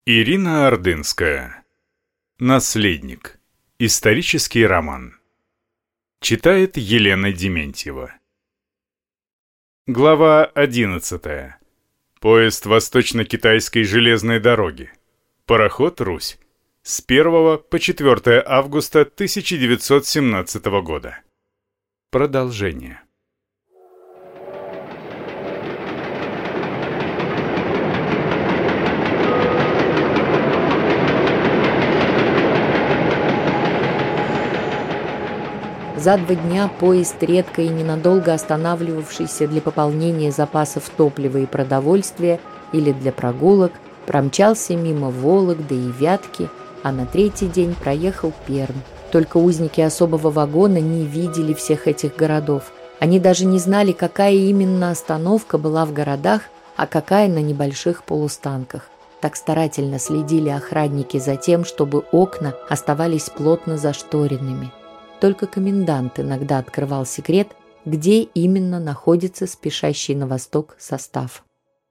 Ирина Ордынская. Наследник. Исторический роман. Читает Елена Дементьева. Глава 11. Поезд Восточно-Китайской железной дороги. Пароход «Русь». С 1 по 4 августа 1917 года. Продолжение. За 2 дня поезд, редко и ненадолго останавливавшийся для пополнения запасов топлива и продовольствия или для прогулок, промчался мимо Вологды и Вятки, а на 3-й день проехал Пермь. Только узники особого вагона не видели всех этих городов. Они даже не знали, какая именно остановка была в городах, а какая на небольших полустанках. Так старательно следили охранники за тем, чтобы окна оставались плотно зашторенными. Только комендант иногда открывал секрет, где именно находится спешащий на восток состав.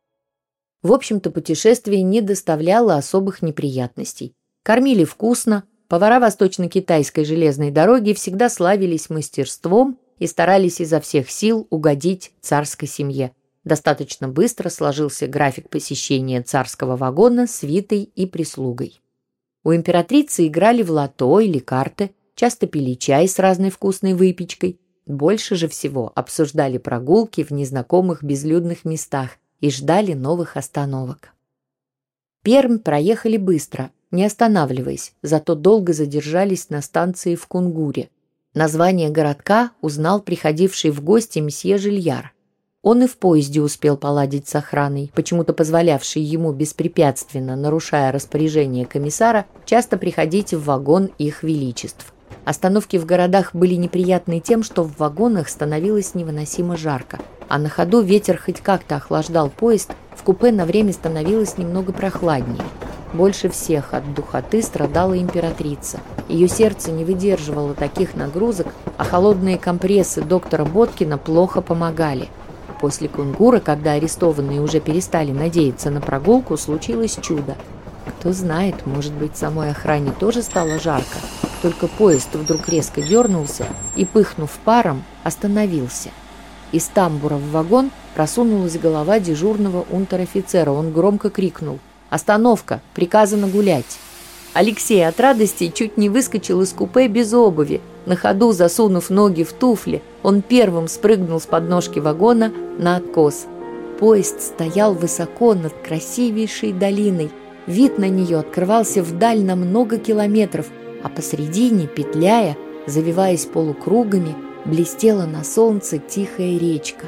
В общем-то, путешествие не доставляло особых неприятностей. Кормили вкусно, повара Восточно-Китайской железной дороги всегда славились мастерством и старались изо всех сил угодить царской семье. Достаточно быстро сложился график посещения царского вагона свитой и прислугой. У императрицы играли в лото или карты, часто пили чай с разной вкусной выпечкой. Больше же всего обсуждали прогулки в незнакомых безлюдных местах и ждали новых остановок. Пермь проехали быстро, не останавливаясь, зато долго задержались на станции в Кунгуре. Название городка узнал приходивший в гости месье Жильяр. Он и в поезде успел поладить с охраной, почему-то позволявшей ему беспрепятственно, нарушая распоряжение комиссара, часто приходить в вагон их величеств. Остановки в городах были неприятны тем, что в вагонах становилось невыносимо жарко, а на ходу ветер хоть как-то охлаждал поезд, в купе на время становилось немного прохладнее. Больше всех от духоты страдала императрица. Ее сердце не выдерживало таких нагрузок, а холодные компрессы доктора Боткина плохо помогали. После Кунгура, когда арестованные уже перестали надеяться на прогулку, случилось чудо. Кто знает, может быть, самой охране тоже стало жарко. Только поезд вдруг резко дернулся и, пыхнув паром, остановился. Из тамбура в вагон просунулась голова дежурного унтер-офицера. Он громко крикнул: «Остановка! Приказано гулять!» Алексей от радости чуть не выскочил из купе без обуви. На ходу, засунув ноги в туфли, он первым спрыгнул с подножки вагона на откос. Поезд стоял высоко над красивейшей долиной. Вид на нее открывался вдаль на много километров, а посредине, петляя, завиваясь полукругами, блестела на солнце тихая речка.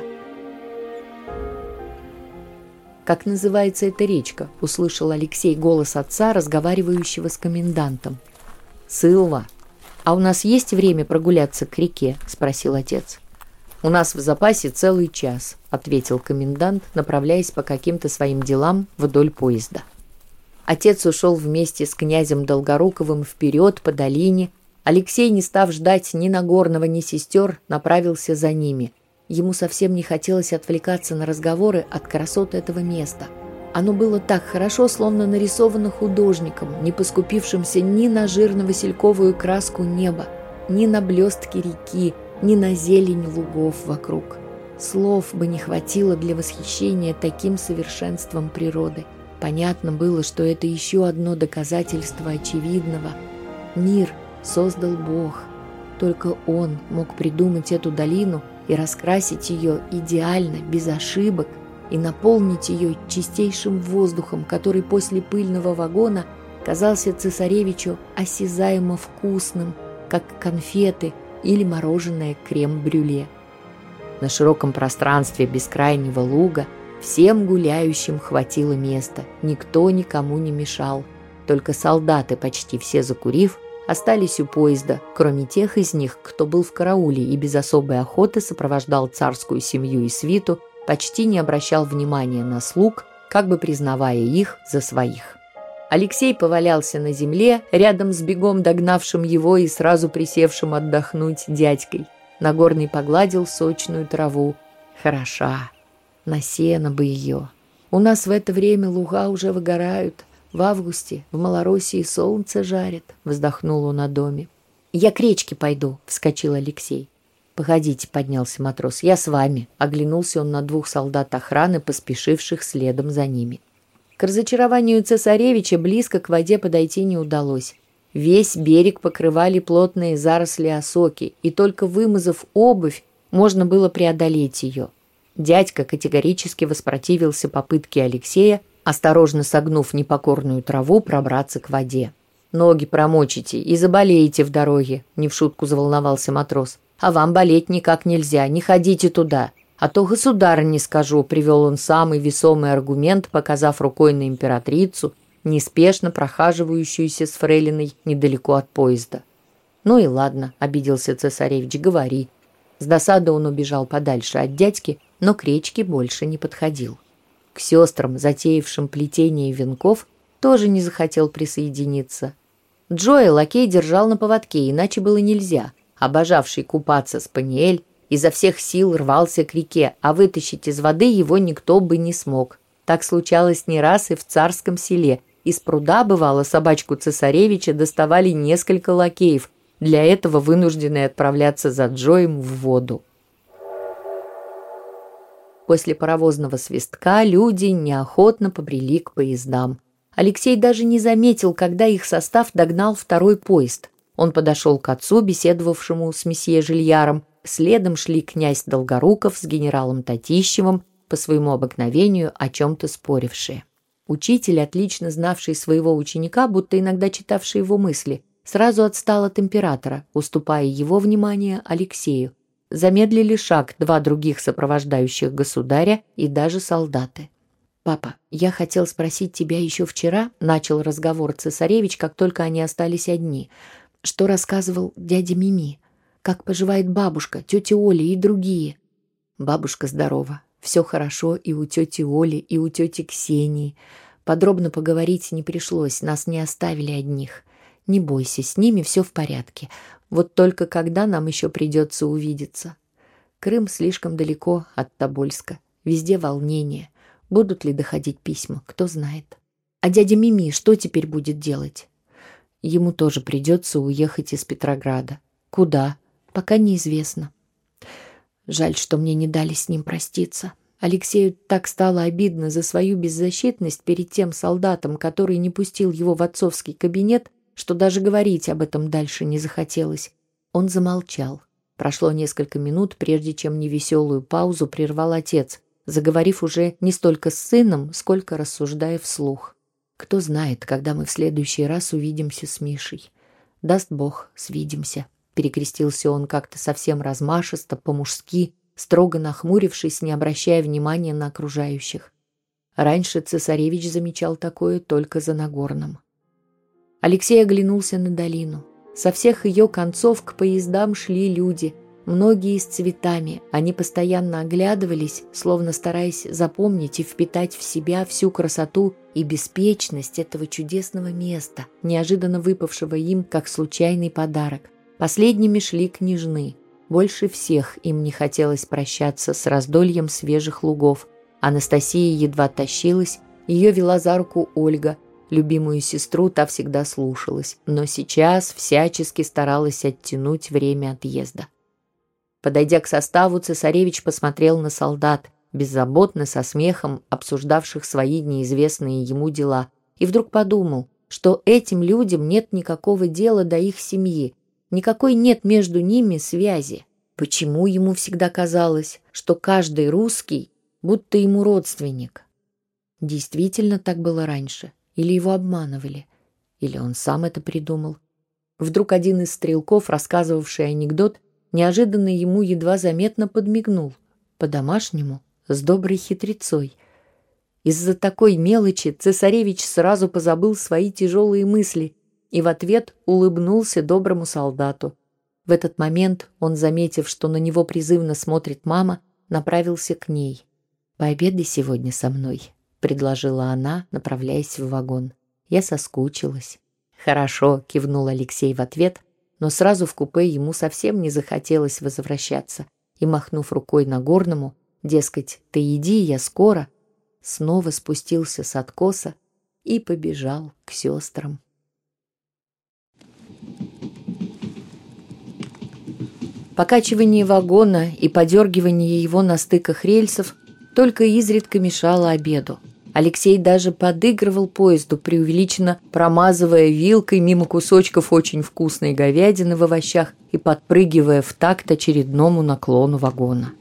«Как называется эта речка?» — услышал Алексей голос отца, разговаривающего с комендантом. «Сылва. А у нас есть время прогуляться к реке?» — спросил отец. «У нас в запасе целый час», — ответил комендант, направляясь по каким-то своим делам вдоль поезда. Отец ушел вместе с князем Долгоруковым вперед по долине. Алексей, не став ждать ни Нагорного, ни сестер, направился за ними. Ему совсем не хотелось отвлекаться на разговоры от красот этого места. Оно было так хорошо, словно нарисовано художником, не поскупившимся ни на жирно-васильковую краску неба, ни на блестки реки, ни на зелень лугов вокруг. Слов бы не хватило для восхищения таким совершенством природы. Понятно было, что это еще одно доказательство очевидного. Мир создал Бог. Только Он мог придумать эту долину и раскрасить ее идеально, без ошибок, и наполнить ее чистейшим воздухом, который после пыльного вагона казался цесаревичу осязаемо вкусным, как конфеты или мороженое крем-брюле. На широком пространстве бескрайнего луга всем гуляющим хватило места, никто никому не мешал. Только солдаты, почти все закурив, остались у поезда, кроме тех из них, кто был в карауле и без особой охоты сопровождал царскую семью и свиту, почти не обращал внимания на слуг, как бы признавая их за своих. Алексей повалялся на земле, рядом с бегом догнавшим его и сразу присевшим отдохнуть дядькой. Нагорный погладил сочную траву. Хороша. На сено бы ее. У нас в это время луга уже выгорают. В августе в Малороссии солнце жарит», — вздохнул он о доме. «Я к речке пойду», — вскочил Алексей. «Погодите», — поднялся матрос, — «я с вами», — оглянулся он на 2 солдат охраны, поспешивших следом за ними. К разочарованию цесаревича близко к воде подойти не удалось. Весь берег покрывали плотные заросли осоки, и только вымазав обувь, можно было преодолеть ее. Дядька категорически воспротивился попытке Алексея, осторожно согнув непокорную траву, пробраться к воде. «Ноги промочите и заболеете в дороге», — не в шутку заволновался матрос. «А вам болеть никак нельзя, не ходите туда. А то государыне скажу», — привел он самый весомый аргумент, показав рукой на императрицу, неспешно прохаживающуюся с фрейлиной недалеко от поезда. «Ну и ладно», — обиделся цесаревич, — «говори». С досады он убежал подальше от дядьки, но к речке больше не подходил. К сестрам, затеявшим плетение венков, тоже не захотел присоединиться. Джоя лакей держал на поводке, иначе было нельзя. Обожавший купаться спаниель изо всех сил рвался к реке, а вытащить из воды его никто бы не смог. Так случалось не раз и в царском селе. Из пруда, бывало, собачку цесаревича доставали несколько лакеев, для этого вынужденные отправляться за Джоем в воду. После паровозного свистка люди неохотно побрели к поездам. Алексей даже не заметил, когда их состав догнал второй поезд. Он подошел к отцу, беседовавшему с месье Жильяром. Следом шли князь Долгоруков с генералом Татищевым, по своему обыкновению о чем-то спорившие. Учитель, отлично знавший своего ученика, будто иногда читавший его мысли, сразу отстал от императора, уступая его внимание Алексею. Замедлили шаг 2 других сопровождающих государя и даже солдаты. «Папа, я хотел спросить тебя еще вчера», — начал разговор цесаревич, как только они остались одни, «что рассказывал дядя Мими? Как поживает бабушка, тетя Оля и другие?» «Бабушка здорова. Все хорошо и у тети Оли, и у тети Ксении. Подробно поговорить не пришлось, нас не оставили одних. Не бойся, с ними все в порядке. Вот только когда нам еще придется увидеться? Крым слишком далеко от Тобольска. Везде волнение. Будут ли доходить письма, кто знает. А дядя Мими что теперь будет делать? Ему тоже придется уехать из Петрограда. Куда? Пока неизвестно. Жаль, что мне не дали с ним проститься. Алексею так стало обидно за свою беззащитность перед тем солдатом, который не пустил его в отцовский кабинет, что даже говорить об этом дальше не захотелось. Он замолчал. Прошло несколько минут, прежде чем невеселую паузу прервал отец, заговорив уже не столько с сыном, сколько рассуждая вслух. «Кто знает, когда мы в следующий раз увидимся с Мишей. Даст Бог, свидимся». Перекрестился он как-то совсем размашисто, по-мужски, строго нахмурившись, не обращая внимания на окружающих. Раньше цесаревич замечал такое только за Нагорным. Алексей оглянулся на долину. Со всех ее концов к поездам шли люди, многие с цветами. Они постоянно оглядывались, словно стараясь запомнить и впитать в себя всю красоту и беспечность этого чудесного места, неожиданно выпавшего им как случайный подарок. Последними шли княжны. Больше всех им не хотелось прощаться с раздольем свежих лугов. Анастасия едва тащилась, ее вела за руку Ольга. Любимую сестру та всегда слушалась, но сейчас всячески старалась оттянуть время отъезда. Подойдя к составу, цесаревич посмотрел на солдат, беззаботно, со смехом обсуждавших свои неизвестные ему дела, и вдруг подумал, что этим людям нет никакого дела до их семьи, никакой нет между ними связи. Почему ему всегда казалось, что каждый русский будто ему родственник? Действительно так было раньше? Или его обманывали? Или он сам это придумал? Вдруг один из стрелков, рассказывавший анекдот, неожиданно ему едва заметно подмигнул. По-домашнему, с доброй хитрецой. Из-за такой мелочи цесаревич сразу позабыл свои тяжелые мысли и в ответ улыбнулся доброму солдату. В этот момент он, заметив, что на него призывно смотрит мама, направился к ней. «Пообедай сегодня со мной», — предложила она, направляясь в вагон. «Я соскучилась». «Хорошо», — кивнул Алексей в ответ, но сразу в купе ему совсем не захотелось возвращаться, и, махнув рукой Нагорному, дескать, «ты иди, я скоро», снова спустился с откоса и побежал к сестрам. Покачивание вагона и подергивание его на стыках рельсов только изредка мешало обеду. Алексей даже подыгрывал поезду, преувеличенно промазывая вилкой мимо кусочков очень вкусной говядины в овощах и подпрыгивая в такт очередному наклону вагона.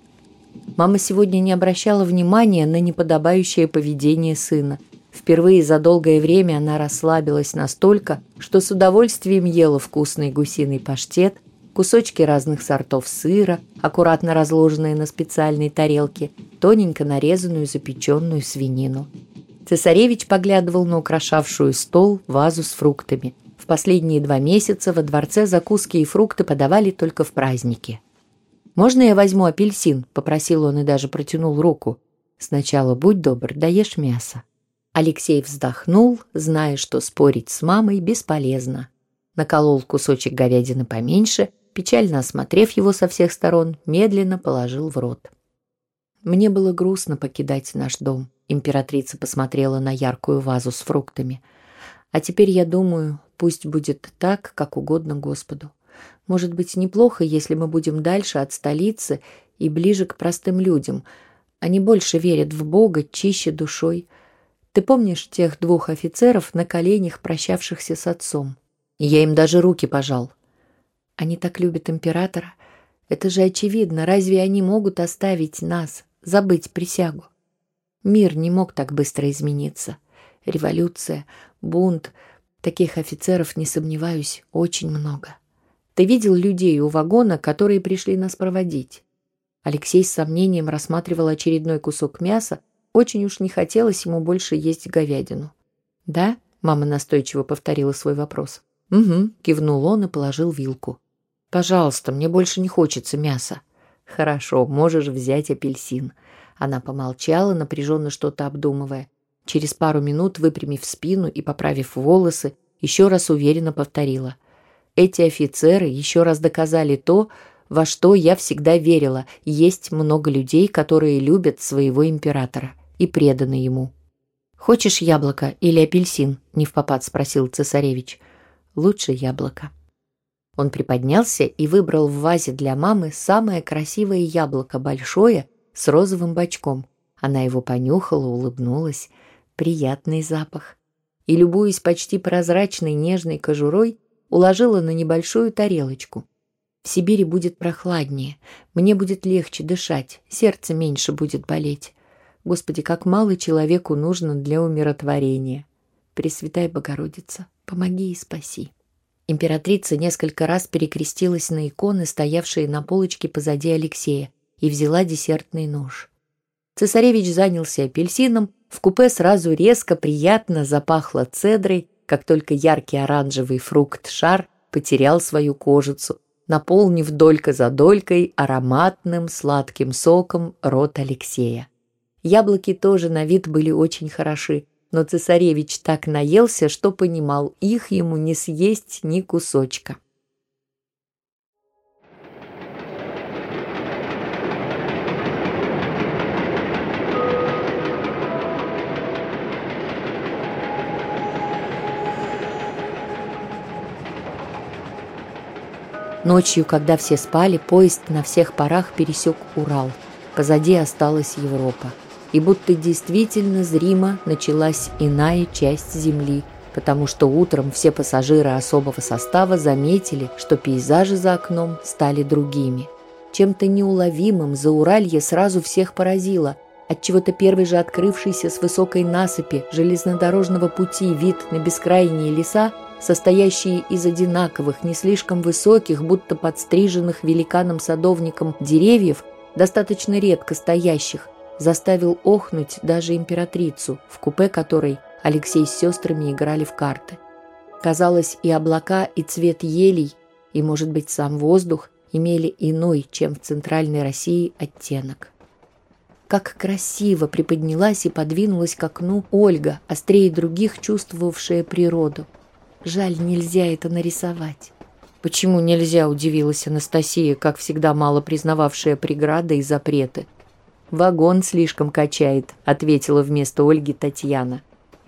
Мама сегодня не обращала внимания на неподобающее поведение сына. Впервые за долгое время она расслабилась настолько, что с удовольствием ела вкусный гусиный паштет, кусочки разных сортов сыра, аккуратно разложенные на специальной тарелке, тоненько нарезанную запеченную свинину. Цесаревич поглядывал на украшавшую стол вазу с фруктами. В последние 2 месяца во дворце закуски и фрукты подавали только в праздники. «Можно я возьму апельсин?» – попросил он и даже протянул руку. «Сначала будь добр, доешь мясо». Алексей вздохнул, зная, что спорить с мамой бесполезно. Наколол кусочек говядины поменьше, печально осмотрев его со всех сторон, медленно положил в рот. «Мне было грустно покидать наш дом», — императрица посмотрела на яркую вазу с фруктами. «А теперь я думаю, пусть будет так, как угодно Господу. Может быть, неплохо, если мы будем дальше от столицы и ближе к простым людям. Они больше верят в Бога, чище душой. Ты помнишь тех 2 офицеров на коленях, прощавшихся с отцом? Я им даже руки пожал. Они так любят императора. Это же очевидно. Разве они могут оставить нас, забыть присягу? Мир не мог так быстро измениться. Революция, бунт. Таких офицеров, не сомневаюсь, очень много. Ты видел людей у вагона, которые пришли нас проводить?» Алексей с сомнением рассматривал очередной кусок мяса. Очень уж не хотелось ему больше есть говядину. «Да?» — мама настойчиво повторила свой вопрос. «Угу», — кивнул он и положил вилку. «Пожалуйста, мне больше не хочется мяса». «Хорошо, можешь взять апельсин». Она помолчала, напряженно что-то обдумывая. Через пару минут, выпрямив спину и поправив волосы, еще раз уверенно повторила. «Эти офицеры еще раз доказали то, во что я всегда верила. Есть много людей, которые любят своего императора и преданы ему». «Хочешь яблоко или апельсин?» — невпопад спросил цесаревич. «Лучше яблоко». Он приподнялся и выбрал в вазе для мамы самое красивое яблоко, большое, с розовым бочком. Она его понюхала, улыбнулась. Приятный запах. И, любуясь почти прозрачной нежной кожурой, уложила на небольшую тарелочку. «В Сибири будет прохладнее, мне будет легче дышать, сердце меньше будет болеть. Господи, как мало человеку нужно для умиротворения. Пресвятая Богородица, помоги и спаси». Императрица несколько раз перекрестилась на иконы, стоявшие на полочке позади Алексея, и взяла десертный нож. Цесаревич занялся апельсином, в купе сразу резко, приятно запахло цедрой, как только яркий оранжевый фрукт-шар потерял свою кожицу, наполнив долька за долькой ароматным сладким соком рот Алексея. Яблоки тоже на вид были очень хороши, но цесаревич так наелся, что понимал, их ему не съесть ни кусочка. Ночью, когда все спали, поезд на всех парах пересек Урал. Позади осталась Европа. И будто действительно зримо началась иная часть Земли, потому что утром все пассажиры особого состава заметили, что пейзажи за окном стали другими. Чем-то неуловимым Зауралье сразу всех поразило. Отчего-то первый же открывшийся с высокой насыпи железнодорожного пути вид на бескрайние леса, состоящие из одинаковых, не слишком высоких, будто подстриженных великаном-садовником деревьев, достаточно редко стоящих, заставил охнуть даже императрицу, в купе которой Алексей с сестрами играли в карты. Казалось, и облака, и цвет елей, и, может быть, сам воздух имели иной, чем в центральной России, оттенок. Как красиво приподнялась и подвинулась к окну Ольга, острее других чувствовавшая природу. Жаль, нельзя это нарисовать. «Почему нельзя?» – удивилась Анастасия, как всегда мало признававшая преграды и запреты. «Вагон слишком качает», — ответила вместо Ольги Татьяна.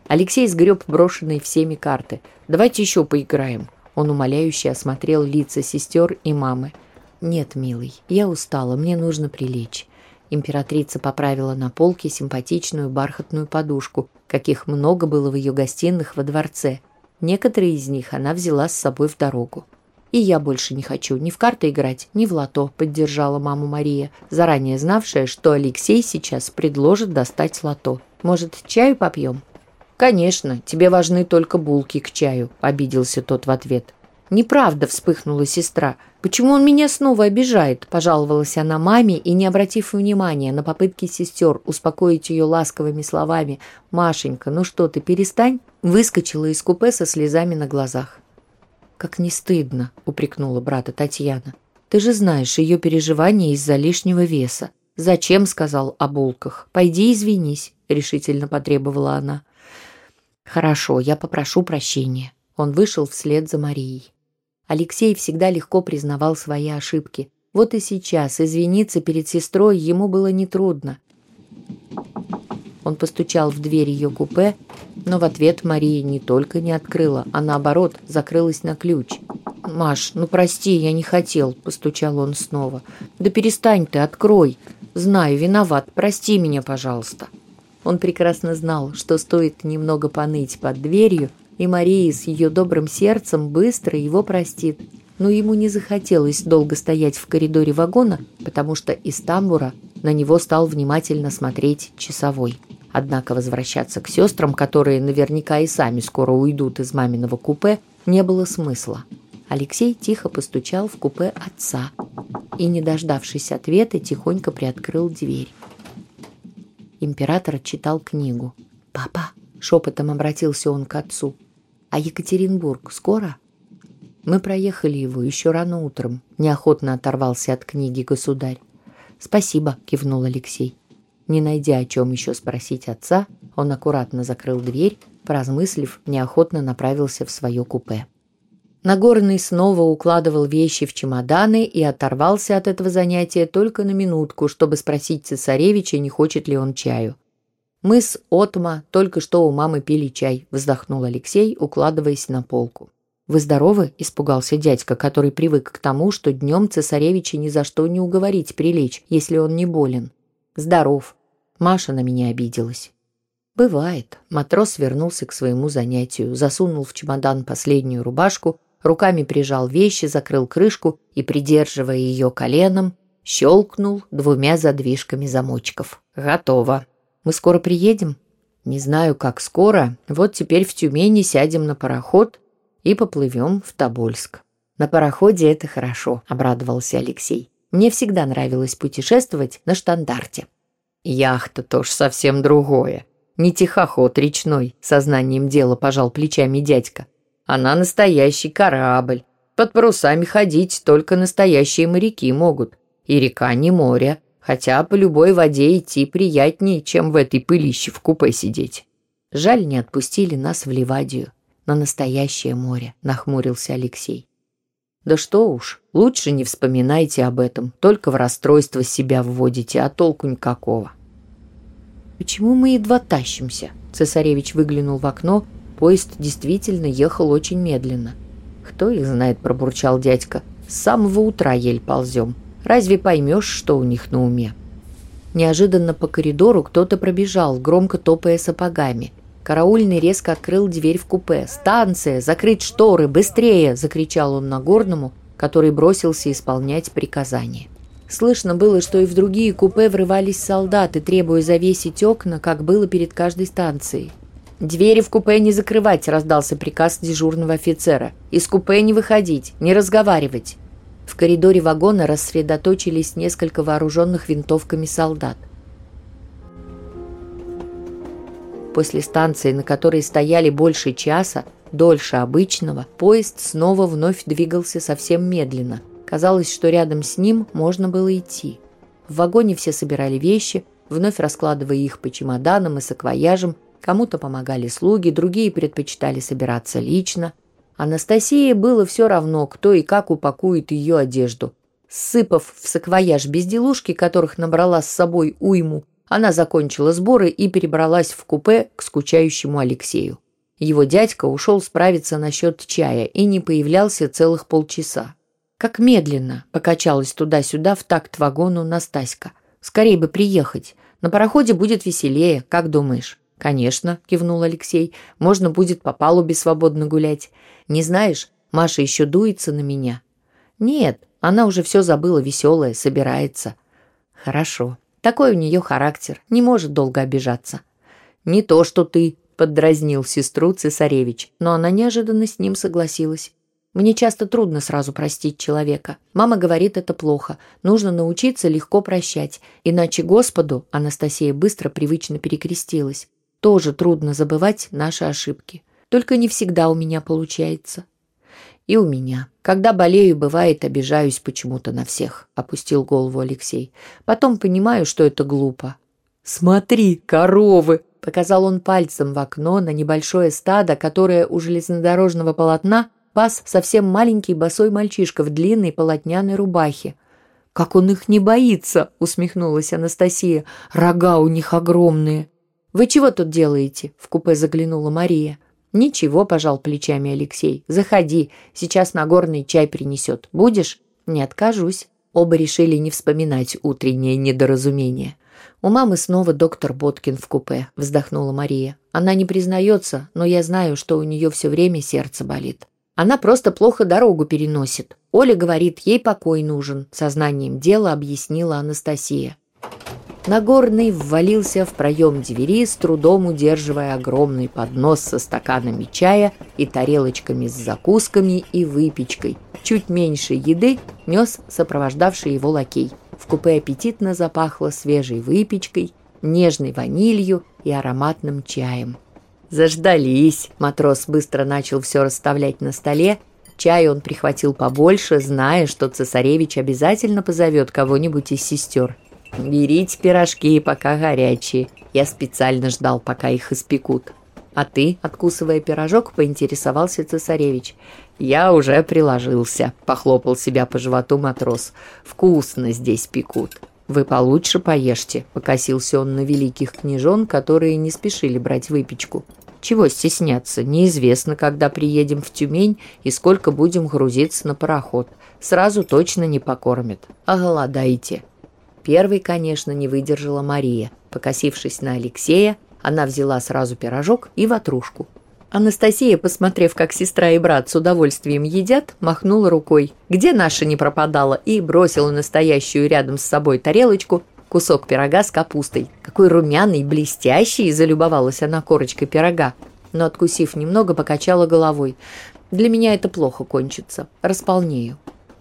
Алексей сгреб брошенные всеми карты. «Давайте еще поиграем». Он умоляюще осмотрел лица сестер и мамы. «Нет, милый, я устала, мне нужно прилечь». Императрица поправила на полке симпатичную бархатную подушку, каких много было в ее гостиных во дворце. Некоторые из них она взяла с собой в дорогу. «И я больше не хочу ни в карты играть, ни в лото», — поддержала маму Мария, заранее знавшая, что Алексей сейчас предложит достать лото. «Может, чаю попьем?» «Конечно, тебе важны только булки к чаю», — обиделся тот в ответ. «Неправда», — вспыхнула сестра. «Почему он меня снова обижает?» — пожаловалась она маме и, не обратив внимания на попытки сестер успокоить ее ласковыми словами «Машенька, ну что ты, перестань», выскочила из купе со слезами на глазах. «Как не стыдно», — упрекнула брата Татьяна. «Ты же знаешь ее переживания из-за лишнего веса». «Зачем?» — сказал о булках. «Пойди извинись», — решительно потребовала она. «Хорошо, я попрошу прощения». Он вышел вслед за Марией. Алексей всегда легко признавал свои ошибки. Вот и сейчас извиниться перед сестрой ему было нетрудно. Он постучал в дверь ее купе, но в ответ Мария не только не открыла, а наоборот закрылась на ключ. «Маш, ну прости, я не хотел», — постучал он снова. «Да перестань ты, открой. Знаю, виноват, прости меня, пожалуйста». Он прекрасно знал, что стоит немного поныть под дверью, и Мария с ее добрым сердцем быстро его простит. Но ему не захотелось долго стоять в коридоре вагона, потому что из тамбура на него стал внимательно смотреть часовой. Однако возвращаться к сестрам, которые наверняка и сами скоро уйдут из маминого купе, не было смысла. Алексей тихо постучал в купе отца и, не дождавшись ответа, тихонько приоткрыл дверь. Император читал книгу. «Папа», — шепотом обратился он к отцу, — «а Екатеринбург скоро?» «Мы проехали его еще рано утром», — неохотно оторвался от книги государь. «Спасибо», — кивнул Алексей. Не найдя о чем еще спросить отца, он аккуратно закрыл дверь, поразмыслив, неохотно направился в свое купе. Нагорный снова укладывал вещи в чемоданы и оторвался от этого занятия только на минутку, чтобы спросить цесаревича, не хочет ли он чаю. «Мы с Отма только что у мамы пили чай», — вздохнул Алексей, укладываясь на полку. «Вы здоровы?» — испугался дядька, который привык к тому, что днем цесаревича ни за что не уговорить прилечь, если он не болен. «Здоров. Маша на меня обиделась». «Бывает». Матрос вернулся к своему занятию, засунул в чемодан последнюю рубашку, руками прижал вещи, закрыл крышку и, придерживая ее коленом, щелкнул 2 задвижками замочков. «Готово. Мы скоро приедем?» «Не знаю, как скоро. Вот теперь в Тюмени сядем на пароход и поплывем в Тобольск». «На пароходе это хорошо», — обрадовался Алексей. «Мне всегда нравилось путешествовать на штандарте». «Яхта тоже совсем другое. Не тихоход речной», — сознанием дела пожал плечами дядька. «Она настоящий корабль. Под парусами ходить только настоящие моряки могут. И река не море, хотя по любой воде идти приятнее, чем в этой пылище в купе сидеть». «Жаль, не отпустили нас в Ливадию, на настоящее море», — нахмурился Алексей. «Да что уж, лучше не вспоминайте об этом, только в расстройство себя вводите, а толку никакого». «Почему мы едва тащимся?» Цесаревич выглянул в окно, поезд действительно ехал очень медленно. «Кто их знает», — пробурчал дядька, — «с самого утра ель ползем. Разве поймешь, что у них на уме?» Неожиданно по коридору кто-то пробежал, громко топая сапогами. Караульный резко открыл дверь в купе. «Станция! Закрыть шторы! Быстрее!» — закричал он Нагорному, который бросился исполнять приказание. Слышно было, что и в другие купе врывались солдаты, требуя завесить окна, как было перед каждой станцией. «Двери в купе не закрывать!» — раздался приказ дежурного офицера. «Из купе не выходить, не разговаривать!» В коридоре вагона рассредоточились несколько вооруженных винтовками солдат. После станции, на которой стояли больше часа, дольше обычного, поезд снова вновь двигался совсем медленно. Казалось, что рядом с ним можно было идти. В вагоне все собирали вещи, вновь раскладывая их по чемоданам и саквояжам. Кому-то помогали слуги, другие предпочитали собираться лично. Анастасии было все равно, кто и как упакует ее одежду. Сыпав в саквояж безделушки, которых набрала с собой уйму, Она закончила сборы и перебралась в купе к скучающему Алексею. Его дядька ушел справиться насчет чая и не появлялся целых полчаса. Как медленно покачалась туда-сюда в такт вагону Настаська. Скорей бы приехать. На пароходе будет веселее, как думаешь? «Конечно», — кивнул Алексей, — «можно будет по палубе свободно гулять. Не знаешь, Маша еще дуется на меня». «Нет, она уже все забыла, веселая, собирается». «Хорошо. Такой у нее характер, не может долго обижаться». «Не то, что ты», — поддразнил сестру цесаревич, но она неожиданно с ним согласилась. «Мне часто трудно сразу простить человека. Мама говорит, это плохо. Нужно научиться легко прощать. Иначе Господу, Анастасия быстро привычно перекрестилась, тоже трудно забывать наши ошибки. Только не всегда у меня получается». «И у меня. Когда болею, бывает, обижаюсь почему-то на всех», — опустил голову Алексей. «Потом понимаю, что это глупо». «Смотри, коровы!» — показал он пальцем в окно на небольшое стадо, которое у железнодорожного полотна пас совсем маленький босой мальчишка в длинной полотняной рубахе. «Как он их не боится!» — усмехнулась Анастасия. «Рога у них огромные». «Вы чего тут делаете?» — в купе заглянула Мария. «Ничего», — пожал плечами Алексей. «Заходи, сейчас Нагорный чай принесет. Будешь?» «Не откажусь». Оба решили не вспоминать утреннее недоразумение. «У мамы снова доктор Боткин в купе», — вздохнула Мария. «Она не признается, но я знаю, что у нее все время сердце болит. Она просто плохо дорогу переносит. Оля говорит, ей покой нужен», — сознанием дела объяснила Анастасия. Нагорный ввалился в проем двери, с трудом удерживая огромный поднос со стаканами чая и тарелочками с закусками и выпечкой. Чуть меньше еды нес сопровождавший его лакей. В купе аппетитно запахло свежей выпечкой, нежной ванилью и ароматным чаем. «Заждались!» — матрос быстро начал все расставлять на столе. Чай он прихватил побольше, зная, что цесаревич обязательно позовет кого-нибудь из сестер. «Берите пирожки, пока горячие. Я специально ждал, пока их испекут». «А ты?» — откусывая пирожок, поинтересовался цесаревич. «Я уже приложился», — похлопал себя по животу матрос. «Вкусно здесь пекут». «Вы получше поешьте», — покосился он на великих княжон, которые не спешили брать выпечку. «Чего стесняться? Неизвестно, когда приедем в Тюмень и сколько будем грузиться на пароход. Сразу точно не покормят. Оголодаете». Первой, конечно, не выдержала Мария. Покосившись на Алексея, она взяла сразу пирожок и ватрушку. Анастасия, посмотрев, как сестра и брат с удовольствием едят, махнула рукой. «Где наша не пропадала?» и бросила настоящую рядом с собой тарелочку кусок пирога с капустой. «Какой румяный, блестящий!» – залюбовалась она корочкой пирога. Но, откусив немного, покачала головой. «Для меня это плохо кончится. Располнею».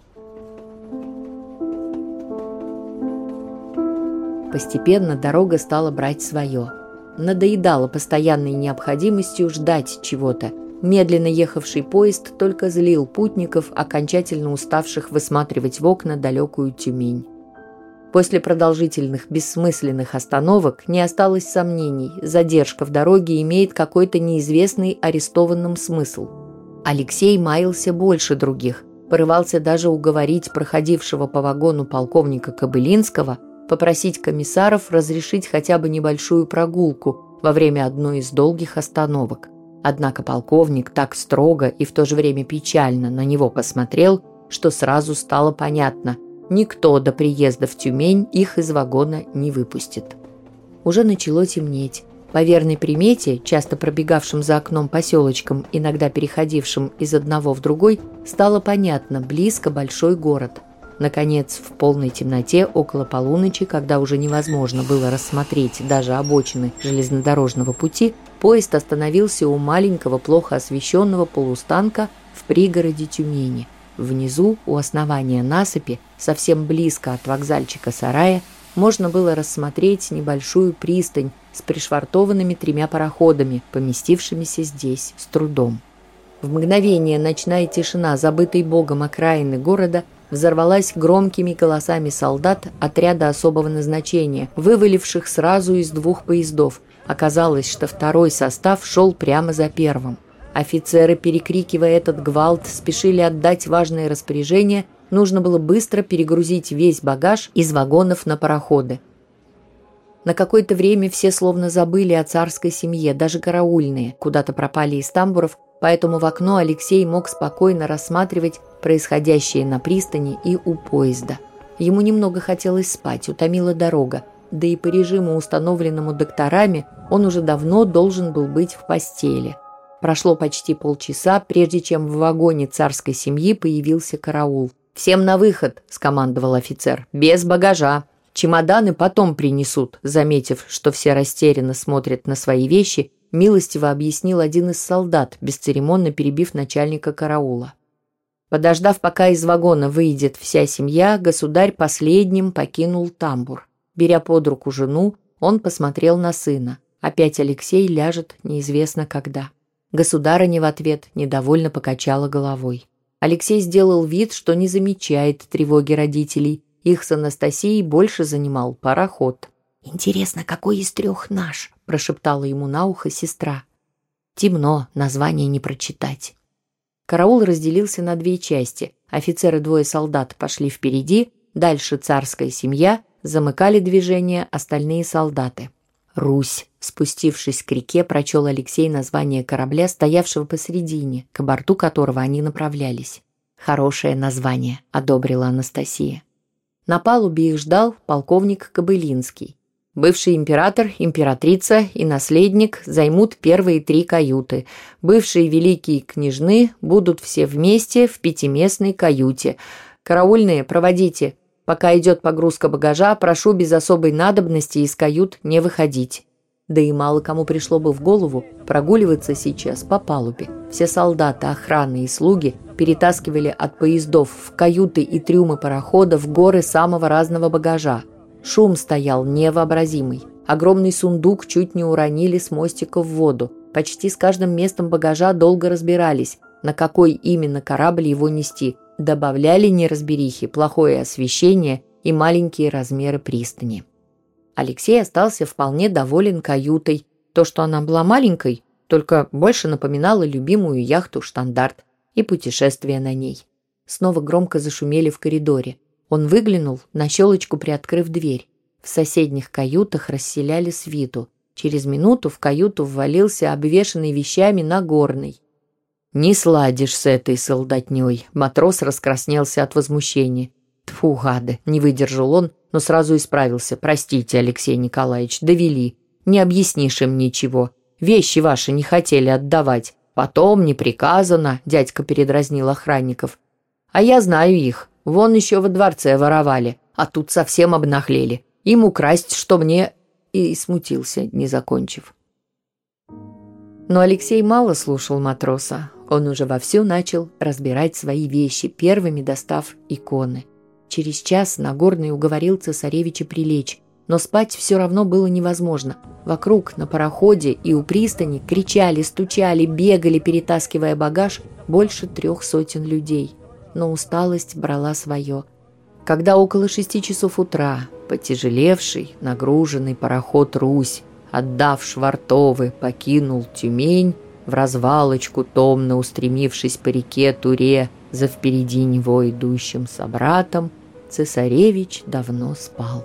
Постепенно дорога стала брать свое. Надоедала постоянной необходимостью ждать чего-то. Медленно ехавший поезд только злил путников, окончательно уставших высматривать в окна далекую Тюмень. После продолжительных бессмысленных остановок не осталось сомнений, задержка в дороге имеет какой-то неизвестный арестованным смысл. Алексей маялся больше других, порывался даже уговорить проходившего по вагону полковника Кобылинского попросить комиссаров разрешить хотя бы небольшую прогулку во время одной из долгих остановок. Однако полковник так строго и в то же время печально на него посмотрел, что сразу стало понятно – никто до приезда в Тюмень их из вагона не выпустит. Уже начало темнеть. По верной примете, часто пробегавшим за окном поселочком, иногда переходившим из одного в другой, стало понятно – близко большой город. Наконец, в полной темноте, около полуночи, когда уже невозможно было рассмотреть даже обочины железнодорожного пути, поезд остановился у маленького, плохо освещенного полустанка в пригороде Тюмени. Внизу, у основания насыпи, совсем близко от вокзальчика-сарая, можно было рассмотреть небольшую пристань с пришвартованными 3 пароходами, поместившимися здесь с трудом. В мгновение ночная тишина, забытой богом окраины города, взорвалась громкими голосами солдат отряда особого назначения, вываливших сразу из 2 поездов. Оказалось, что второй состав шел прямо за первым. Офицеры, перекрикивая этот гвалт, спешили отдать важное распоряжение. Нужно было быстро перегрузить весь багаж из вагонов на пароходы. На какое-то время все словно забыли о царской семье, даже караульные куда-то пропали из тамбуров, поэтому в окно Алексей мог спокойно рассматривать происходящее на пристани и у поезда. Ему немного хотелось спать, утомила дорога, да и по режиму, установленному докторами, он уже давно должен был быть в постели. Прошло почти полчаса, прежде чем в вагоне царской семьи появился караул. «Всем на выход!» – скомандовал офицер. «Без багажа! Чемоданы потом принесут», – заметив, что все растерянно смотрят на свои вещи, милостиво объяснил один из солдат, бесцеремонно перебив начальника караула. Подождав, пока из вагона выйдет вся семья, государь последним покинул тамбур. Беря под руку жену, он посмотрел на сына. Опять Алексей ляжет неизвестно когда. Государыня в ответ недовольно покачала головой. Алексей сделал вид, что не замечает тревоги родителей. Их с Анастасией больше занимал пароход. «Интересно, какой из трех наш?» – прошептала ему на ухо сестра. «Темно, название не прочитать». Караул разделился на две части. Офицеры, двое солдат пошли впереди, дальше царская семья, замыкали движение остальные солдаты. «Русь», спустившись к реке, прочел Алексей название корабля, стоявшего посредине, к борту которого они направлялись. «Хорошее название», – одобрила Анастасия. На палубе их ждал полковник Кобылинский. Бывший император, императрица и наследник займут первые 3 каюты. Бывшие великие княжны будут все вместе в 5-местной каюте. Караульные, проводите. Пока идет погрузка багажа, прошу без особой надобности из кают не выходить». Да и мало кому пришло бы в голову прогуливаться сейчас по палубе. Все солдаты, охраны и слуги перетаскивали от поездов в каюты и трюмы пароходов горы самого разного багажа. Шум стоял невообразимый. Огромный сундук чуть не уронили с мостика в воду. Почти с каждым местом багажа долго разбирались, на какой именно корабль его нести. Добавляли неразберихи, плохое освещение и маленькие размеры пристани. Алексей остался вполне доволен каютой. То, что она была маленькой, только больше напоминала любимую яхту «Штандарт» и путешествие на ней. Снова громко зашумели в коридоре. Он выглянул, на щелочку приоткрыв дверь. В соседних каютах расселяли свиту. Через минуту в каюту ввалился обвешанный вещами Нагорный. «Не сладишь с этой солдатней», — матрос раскраснелся от возмущения. «Тьфу, гады!» — не выдержал он, но сразу исправился. «Простите, Алексей Николаевич, довели. Не объяснишь им ничего. Вещи ваши не хотели отдавать. Потом не приказано», — дядька передразнил охранников. «А я знаю их. Вон еще во дворце воровали, а тут совсем обнаглели. Им украсть, что мне...» И смутился, не закончив. Но Алексей мало слушал матроса. Он уже вовсю начал разбирать свои вещи, первыми достав иконы. Через час Нагорный уговорил цесаревича прилечь, но спать все равно было невозможно. Вокруг, на пароходе и у пристани кричали, стучали, бегали, перетаскивая багаж, больше 300 людей. Но усталость брала свое. Когда около 6 часов утра потяжелевший, нагруженный пароход «Русь», отдав швартовы, покинул Тюмень, в развалочку томно устремившись по реке Туре за впереди него идущим собратом, цесаревич давно спал.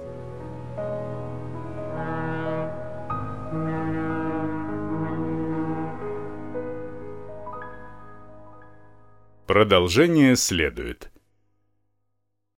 Продолжение следует.